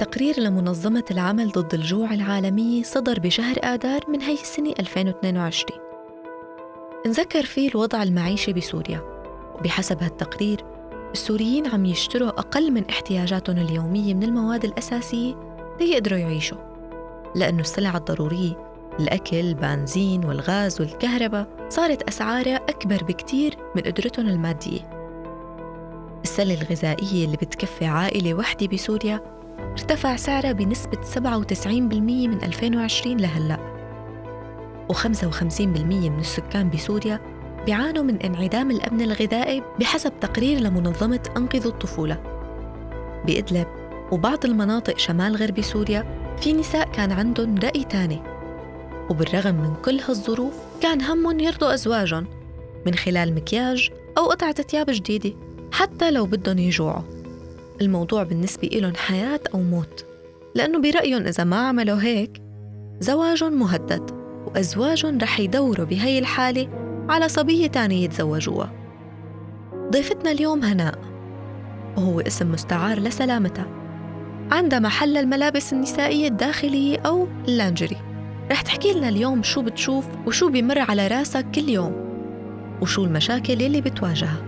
تقرير لمنظمة العمل ضد الجوع العالمي صدر بشهر آذار من هاي السنة 2022. نذكر فيه الوضع المعيشي بسوريا، وبحسب هالتقرير السوريين عم يشتروا أقل من احتياجاتهم اليومية من المواد الأساسية ليقدروا يعيشوا، لأنه السلع الضرورية الأكل، البنزين والغاز والكهرباء صارت أسعارها أكبر بكتير من قدرتهم المادية. السلة الغذائية اللي بتكفي عائلة وحدة بسوريا ارتفع سعرها بنسبة 97% من 2020 لهلأ، و55% من السكان بسوريا بيعانوا من انعدام الأمن الغذائي بحسب تقرير لمنظمة أنقذوا الطفولة. بإدلب وبعض المناطق شمال غرب سوريا في نساء كان عندهم رأي تاني، وبالرغم من كل هالظروف كان همهم يرضوا أزواجهم من خلال مكياج أو قطعة ثياب جديدة حتى لو بدهم يجوعوا. الموضوع بالنسبة إلهم حياة أو موت، لأنه برأيهم إذا ما عملوا هيك زواجهم مهدد، وأزواجهم رح يدوروا بهاي الحالة على صبية تانية يتزوجوها. ضيفتنا اليوم هناء، وهو اسم مستعار لسلامتها، عندها محل الملابس النسائية الداخلية أو اللانجري. رح تحكي لنا اليوم شو بتشوف وشو بيمر على راسك كل يوم، وشو المشاكل اللي بتواجهها.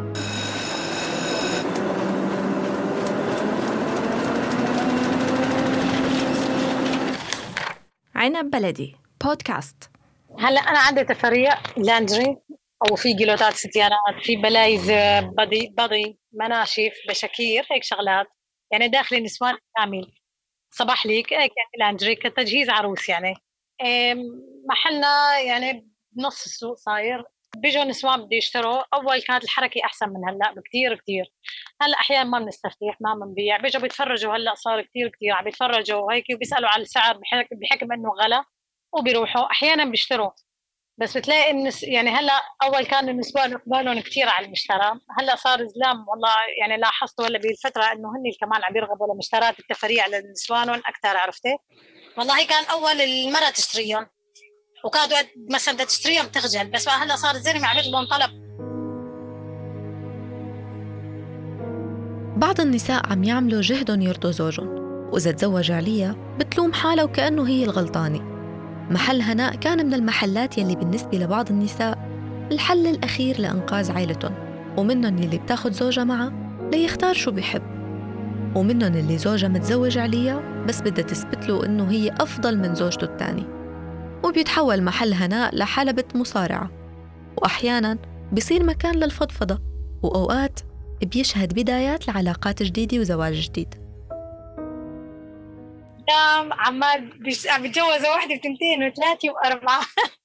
عنب بلدي بودكاست. هلا أنا عندي تفريع لانجري، أو في جلوتات ستيانات، في بلايز، بضي مناشف، بشاكير، هيك شغلات يعني داخل النسوان كامل. صباح ليك هيك يعني لانجري كتجهيز عروس يعني. محلنا يعني بنص السوق صاير، بيجوا نسوان بده يشتروا. أول كانت الحركة أحسن من هلا بكتير كتير. هلا أحيانا ما بنستفتح، ما بنبيع، بيجوا بيتفرجوا. هلا صار كتير عم بيتفرجوا هيك وبيسألوا على السعر بحكم إنه غلا، وبيروحوا أحيانا بيشتروا. بس بتلاقي يعني هلا أول كان النسوان إقبالهم كتير على المشترى، هلا صار زلام. والله يعني لاحظت ولا بالفترة إنه هن كمان عم يرغبوا لمشترات التفريع لنسوانهم أكثر. عرفتي؟ والله كان أول المرأة تشتريهم، وكانوا مثلا بدها تشتريهم تخجل، بس هلا صار الزلمة عم يطلبون طلب. بعض النساء عم يعملوا جهدهم يرضوا زوجهم، وإذا تزوج عليها بتلوم حالها وكأنه هي الغلطانة. محل هناء كان من المحلات يلي بالنسبة لبعض النساء الحل الأخير لإنقاذ عائلتهم، ومنهم اللي بتاخد زوجها معها ليختار شو بيحب، ومنهم اللي زوجها متزوج عليها بس بدها تثبت له إنه هي أفضل من زوجته الثاني. وبيتحول محل هناء لحلبة مصارعة، وأحياناً بيصير مكان للفضفضة، وأوقات بيشهد بدايات لعلاقات جديدة وزواج جديد. عمال عم يتجوزوا واحدة وثنتين وثلاثة وأربعة.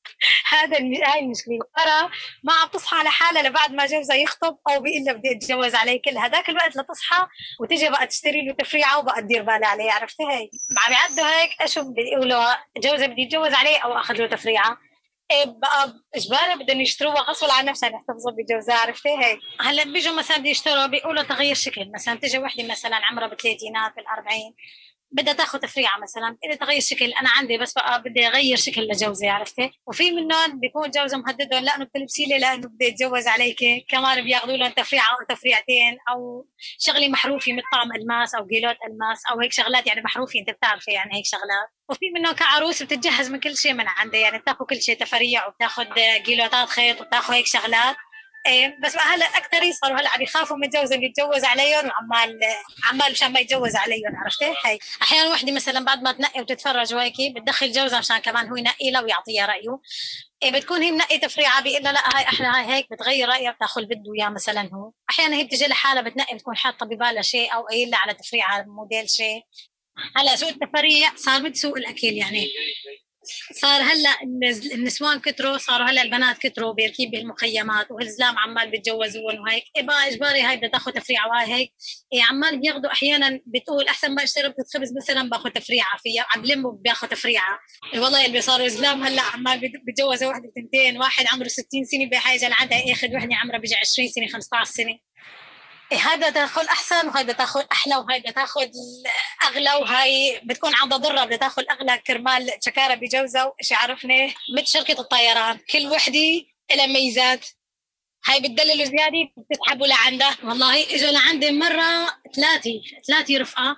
هاي المشكلة. ترى ما عم تصحى على حالها لبعد ما جوزها يخطب أو بيقول له بدي أتجوز عليه. كل هذاك الوقت لتصحى وتجي بقى تشتري له تفريعة وبقى تدير بالها عليه. عرفتي؟ هاي عم يعدوا هيك أشو بيقولوا جوزها بدي يتجوز عليه أو أخذ له تفريعة. إيه بقى إجباري بدهم يشتروها غصب عن نفسها يحتفظوا بجوزها. عرفتي؟ هيك هلا بيجوا مثلا بدي يشتروا بيقولوا تغيير شكل. مثلا تجي وحدة مثلا عمرها بالثلاثينات بالأربعين بدها تاخذ تفريعة مثلا، بدها تغير شكل. أنا عندي بس بقى بدي أغير شكل لجوزي. عرفتي؟ وفي منهم بيكون جوزه مهددهم لأنه بتلبسي لي لأنه بدي أتجوز عليك. كمان بياخذوا لهم تفريعة أو تفريعتين أو شغلة محروفة مثل طعم ألماس أو جيلوت ألماس أو هيك شغلات يعني محروفة. أنت بتعرفي يعني هيك شغلات. وفي منهم كعروس بتتجهز من كل شيء من عندها، يعني بتاخذ كل شيء تفريع وبتاخذ جيلوتات خيط وبتاخذ هيك شغلات. إيه بس هلا اكثر صاروا هلا عم يخافوا من الجوز اللي يتجوز عليهم، وعمال مشان ما يتجوز عليهم. عرفتي؟ هي احيانا وحده مثلا بعد ما تنقي وتتفرج وهيك بتدخل جوزها مشان كمان هو ينقي لها ويعطيها رايه. إيه بتكون هي منقي تفريعه بيقول لها لا هاي احلى، هاي هيك، بتغير رايها بتاخذ بده اياه مثلا. هو احيانا هي بتجي لحالها بتنقي بتكون حاطه ببالها شيء او قايل لها على تفريعه موديل شيء. هلا سوق التفريع صار مثل سوق الاكل يعني. صار هلا النسوان كتروا، صاروا هلا البنات كتروا بيركيب بالمخيمات والزلام عمال بيتجوزون وهيك. بقى اجباري هاي بدها تاخذ تفريعه وهاي هيك. عمال بياخذوا احيانا بتقول احسن ما اشتري بيض خبز مثلا باخذ تفريعه فيها، عم بلموا بياخذ تفريعه. والله اللي صاروا زلام هلا عمال بيتجوزوا وحده ثنتين، واحد عمره 60 سنه بحاجه لعندها ياخذ وحده عمرها بيجي 20 سنه 15 سنه. هذا تاخذ احسن وهذا تاخذ احلى وهذا تاخذ اغلى، وهي بتكون عندها ضره بدها تاخذ اغلى كرمال شكاره بجوزها وشي. عرفني؟ مثل شركه الطيران كل وحده لها ميزات. هاي بتدللوا زياده بتسحبوا لعندها. والله اجوا لعندي مره ثلاثه رفقه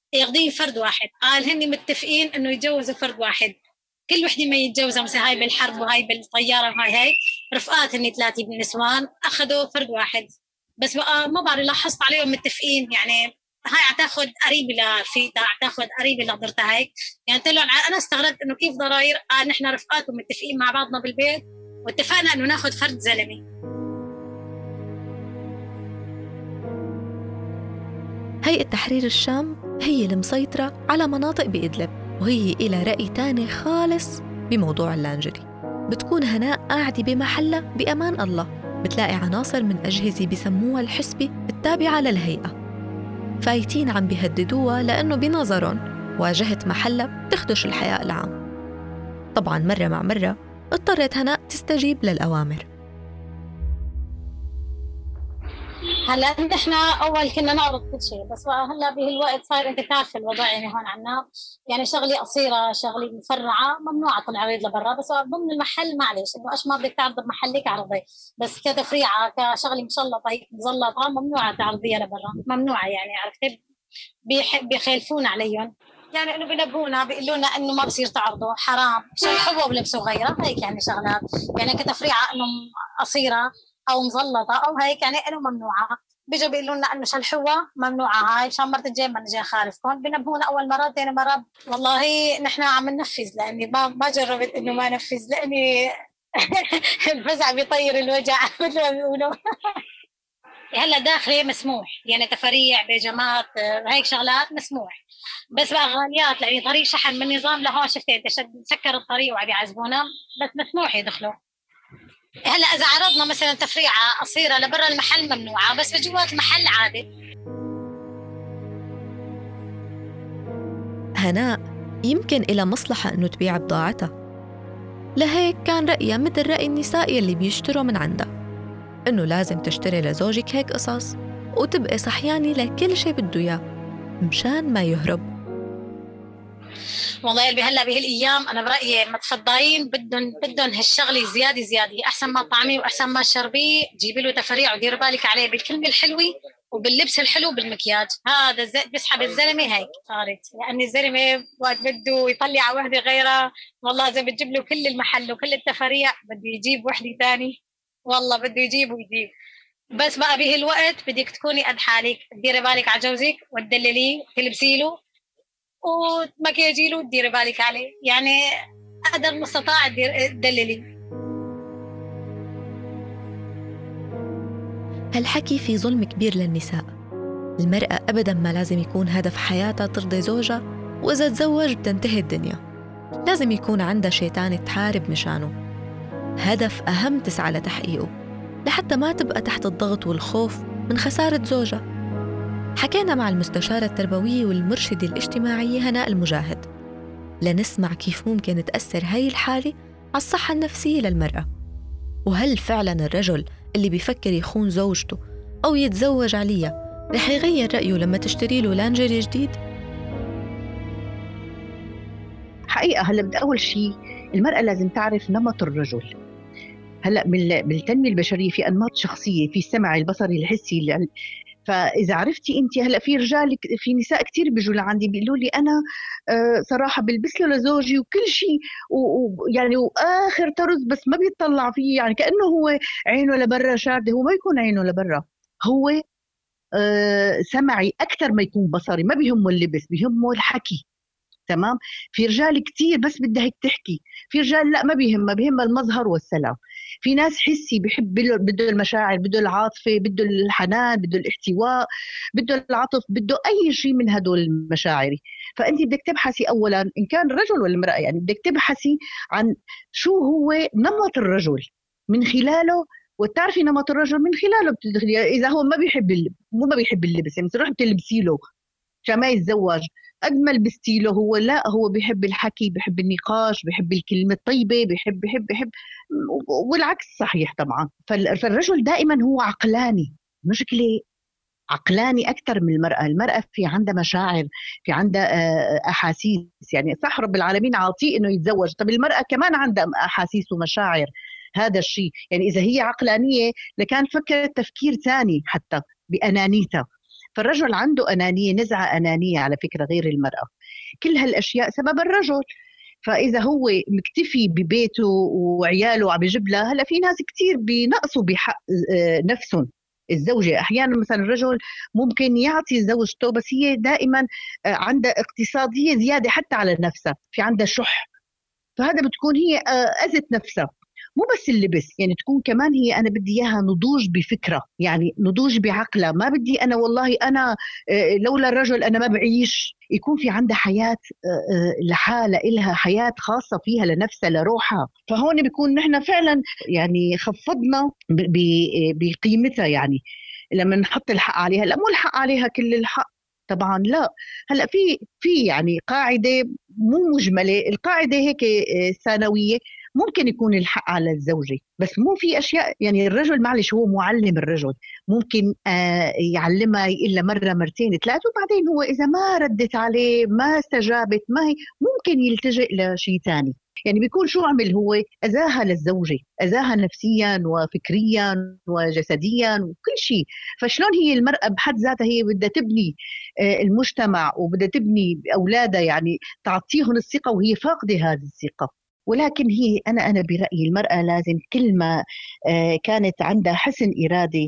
ياخذين فرد واحد. قال هني متفقين انه يتجوزوا فرد واحد، كل وحده ما يتجوزها، مثلا هاي بالحرب وهاي بالطياره وهاي رفقات هني 3 نسوان اخذوا فرد واحد. بس بقى ما بعرف لاحظت عليهم متفقين، يعني هاي عتاخذ قريبه لفيتا، عتاخذ قريبه لقدرتها هيك. يعني قلت لهم انا استغربت انه كيف ضراير. قال نحن رفقات ومتفقين مع بعضنا بالبيت واتفقنا انه ناخذ فرد زلمه. هيئة تحرير الشام هي المسيطرة على مناطق بإدلب، وهي إلى رأي تاني خالص بموضوع اللانجري. بتكون هناء قاعدة بمحلة بأمان الله، بتلاقي عناصر من أجهزة بسموها الحسبة التابعة للهيئة فايتين عم بيهددوها لأنه بنظرهم واجهة محلة بتخدش الحياء العام. طبعاً مرة مع مرة اضطرت هناء تستجيب للأوامر. هلا نحن اول كنا نعرض كل شيء، بس هلا بهالوقت صار انت تعرف الوضع يعني هون عنا، يعني شغله قصيره شغله مفرعه ممنوعه العريض لبرا، بس ضمن المحل معلش انه ايش ما بدك تعرض بمحلك عرضي، بس كتفريعه كشغله مشلطه هيك مزلطه ممنوعه تعرضيها لبرا، ممنوعه يعني عرفتي. بيخالفون عليهم، يعني انه بنبهونا بيقولوا لنا انه ما بصير تعرضوا حرام، شلحوا ولبسوا غيرها هيك يعني شغلات، يعني كتفريعه انه قصيره او مزلطه او هيك يعني انه ممنوعه. بيجوا بيقولوا لنا انه شلحوها ممنوعه هاي، مشان مرة الجاي ما نجي نخالفكم. بنبهونا اول مرة ثاني مرة والله نحن عم ننفذ، لاني ما جربت انه ما نفذ، لاني الفزع بيطير الوجع مثل ما بيقولوا. هلا داخلي مسموح، يعني تفريع بيجامات هيك شغلات مسموح، بس بقى غاليات لاني طريق شحن من نظام لهون شفتي انت سكر الطريق وعم يعذبونا، بس مسموح يدخلوا. هلا اذا عرضنا مثلا تفريعه قصيره لبرا المحل ممنوعه، بس بجوات المحل عادي. هناء يمكن إلى مصلحة إنه تبيع بضاعتها، لهيك كان رأيها مثل رأي النساء يلي بيشتروا من عندها، إنه لازم تشتري لزوجك هيك قصص وتبقي صحيانة لكل شي بده إياه مشان ما يهرب. والله قلبي هلا بهالايام انا برايي متفضاين بدهم هالشغله زياده زياده، احسن ما طعميه واحسن ما شربيه جيبي له تفريع ودير بالك عليه بالكلمه الحلوه وباللبس الحلو بالمكياج. هذا بيسحب الزلمه هيك صارت، لان الزلمه وقت بده يطلع على وحده غيرها والله اذا بتجيب له كل المحل وكل التفريع بده يجيب وحده ثاني، والله بده يجيب ويجيب. بس بقى بهالوقت بدك تكوني قد حالك، تديري بالك على جوزك وتدلليه تلبسي له ومكياجي له تديري بالك عليه، يعني قدر المستطاع تدللي. هالحكي في ظلم كبير للنساء. المرأة أبداً ما لازم يكون هدف حياتها ترضي زوجها، وإذا تزوج بتنتهي الدنيا. لازم يكون عندها شيطان تحارب مشانه، هدف أهم تسعى لتحقيقه لحتى ما تبقى تحت الضغط والخوف من خسارة زوجها. حكينا مع المستشارة التربوية والمرشدة الاجتماعية هناء المجاهد لنسمع كيف ممكن تأثر هاي الحالة على الصحة النفسية للمرأة، وهل فعلاً الرجل اللي بيفكر يخون زوجته أو يتزوج عليها رح يغير رأيه لما تشتري له لانجري جديد؟ حقيقة هلا بدي أول شيء المرأة لازم تعرف نمط الرجل. هلا بالتنمية البشرية في أنماط شخصية، في السمع البصري الحسي فإذا عرفتي أنت هلا في رجال في نساء كتير بيجوا لعندي بيقولوا لي أنا صراحة بلبس له لزوجي وكل شيء ويعني وآخر طرز، بس ما بيطلع فيه، يعني كأنه هو عينه لبرا شاردة، هو ما يكون عينه لبرا، هو سمعي أكثر ما يكون بصري، ما بيهمه اللبس بيهمه الحكي. تمام. في رجال كتير بس بدها هيك تحكي، في رجال لا ما بيهمها المظهر والسلام. في ناس حسي بده المشاعر، بده العاطفة، بده الحنان، بده الاحتواء، بده العطف، بده أي شيء من هدول المشاعر. فأنت بدك تبحثي أولا إن كان رجل ولا امرأة، يعني بدك تبحثي عن شو هو نمط الرجل من خلاله، وتعرفي نمط الرجل من خلاله بتدخلي. إذا هو ما بيحب اللبس يعني تروح بتلبسي له عشان ما يتزوج، قد ما لبستي له هو لا، هو بيحب الحكي، بيحب النقاش، بيحب الكلمة الطيبة، بيحب والعكس صحيح طبعا. فالرجل دائما هو عقلاني، مشكلة عقلاني أكثر من المرأة. المرأة في عندها مشاعر، في عندها أحاسيس، يعني صح رب العالمين عاطيه إنه يتزوج، طب المرأة كمان عندها أحاسيس ومشاعر. هذا الشيء يعني إذا هي عقلانية لكان فكرت تفكير ثاني حتى بأنانيتها. فالرجل عنده أنانية، نزعة أنانية على فكرة غير المرأة. كل هالأشياء سبب الرجل. فإذا هو مكتفي ببيته وعياله عم يجيب لها، هلا في ناس كتير بينقصوا بحق نفسهم. الزوجة أحيانا مثلا الرجل ممكن يعطي زوجته، بس هي دائما عندها اقتصادية زيادة حتى على نفسها، في عندها شح، فهذا بتكون هي أذت نفسها. مو بس اللبس، يعني تكون كمان هي أنا بدي إياها نضوج بفكرة، يعني نضوج بعقلها. ما بدي أنا والله أنا لولا الرجل أنا ما بعيش. يكون في عندها حياة لحالها، إلها حياة خاصة فيها لنفسها لروحها. فهون بيكون نحن فعلا يعني خفضنا بقيمتها. يعني لما نحط الحق عليها، لا مو الحق عليها كل الحق طبعا، لا. هلا في يعني قاعده مو مجمله، القاعده هيك ثانويه، ممكن يكون الحق على الزوجه، بس مو في اشياء. يعني الرجل معلش هو معلم، الرجل ممكن يعلمها الا مره مرتين ثلاثه، وبعدين هو اذا ما ردت عليه ما استجابت ما هي ممكن يلتجئ لشيء ثاني. يعني بيكون شو عمل هو؟ أذاها للزوجة، أذاها نفسيا وفكريا وجسديا وكل شيء. فشلون هي المرأة بحد ذاتها هي بدها تبني المجتمع وبدها تبني أولادها، يعني تعطيهم الثقة وهي فاقدة هذه الثقة. ولكن هي أنا برأيي المرأة لازم كل ما كانت عندها حسن إرادة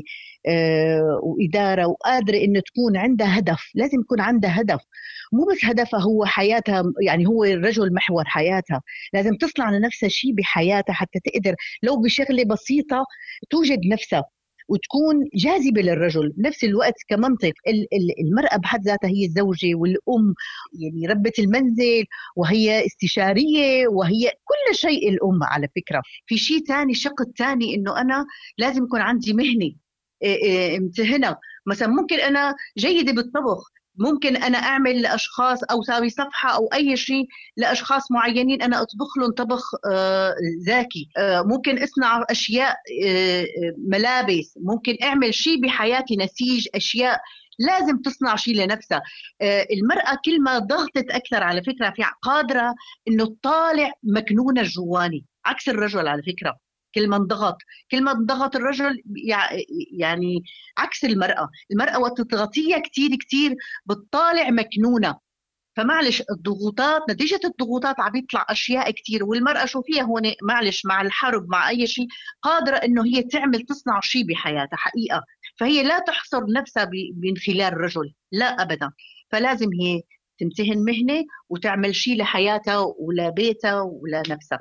وإدارة وقادرة إنه تكون عندها هدف، لازم يكون عندها هدف. مو بس هدفها هو حياتها، يعني هو الرجل محور حياتها، لازم تصنع لنفسها شيء بحياتها حتى تقدر لو بشغلة بسيطة توجد نفسها وتكون جاذبة للرجل. بنفس الوقت كمنطق المرأة بحد ذاتها هي الزوجة والأم، يعني ربة المنزل، وهي استشارية، وهي كل شيء الأم. على فكرة في شيء تاني، شق الثاني، إنه أنا لازم يكون عندي مهنة امتهنة. مثلا ممكن أنا جيدة بالطبخ، ممكن أنا أعمل لأشخاص أو ساوي صفحة أو أي شيء لأشخاص معينين أنا أطبخ لهم طبخ ذكي. ممكن أصنع أشياء ملابس، ممكن أعمل شيء بحياتي، نسيج أشياء. لازم تصنع شيء لنفسها. المرأة كل ما ضغطت أكثر على فكرة في قادرة إنه تطالع مكنونة الجواني، عكس الرجل على فكرة. كل ما انضغط الرجل يعني عكس المرأة وقت تضغطيها كتير بتطالع مكنونة. فمعلش الضغوطات، نتيجة الضغوطات عم يطلع أشياء كتير. والمرأة شو فيها هون معلش مع الحرب مع أي شيء قادرة إنه هي تصنع شيء بحياتها حقيقة. فهي لا تحصر نفسها من خلال الرجل، لا أبدا. فلازم هي تمتهن مهنة وتعمل شيء لحياتها ولبيتها ولنفسها.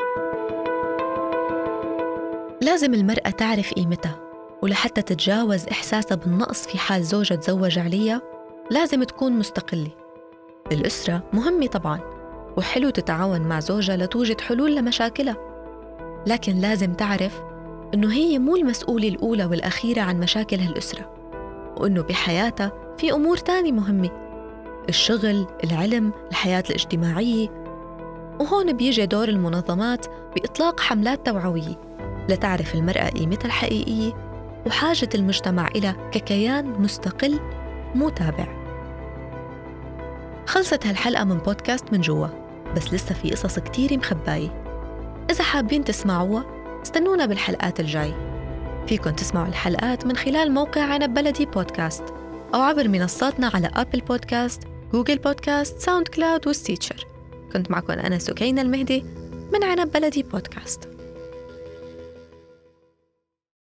لازم المرأة تعرف قيمتها، ولحتى تتجاوز إحساسها بالنقص في حال زوجها تزوج عليها لازم تكون مستقلة. الأسرة مهمة طبعاً، وحلو تتعاون مع زوجها لتوجد حلول لمشاكلها، لكن لازم تعرف إنه هي مو المسؤولة الأولى والأخيرة عن مشاكل هالأسرة، وإنه بحياتها في أمور تانية مهمة: الشغل، العلم، الحياة الاجتماعية. وهون بيجي دور المنظمات بإطلاق حملات توعوية لتعرف المرأة قيمتها الحقيقية وحاجة المجتمع إلها ككيان مستقل مو تابع. خلصت هالحلقة من بودكاست من جوا، بس لسه في قصص كتير مخباية. إذا حابين تسمعوها استنونا بالحلقات الجاي. فيكن تسمعوا الحلقات من خلال موقع عنب بلدي بودكاست أو عبر منصاتنا على أبل بودكاست، جوجل بودكاست، ساوند كلاود وستيتشر. كنت معكم أنا سكينة المهدي من عنب بلدي بودكاست.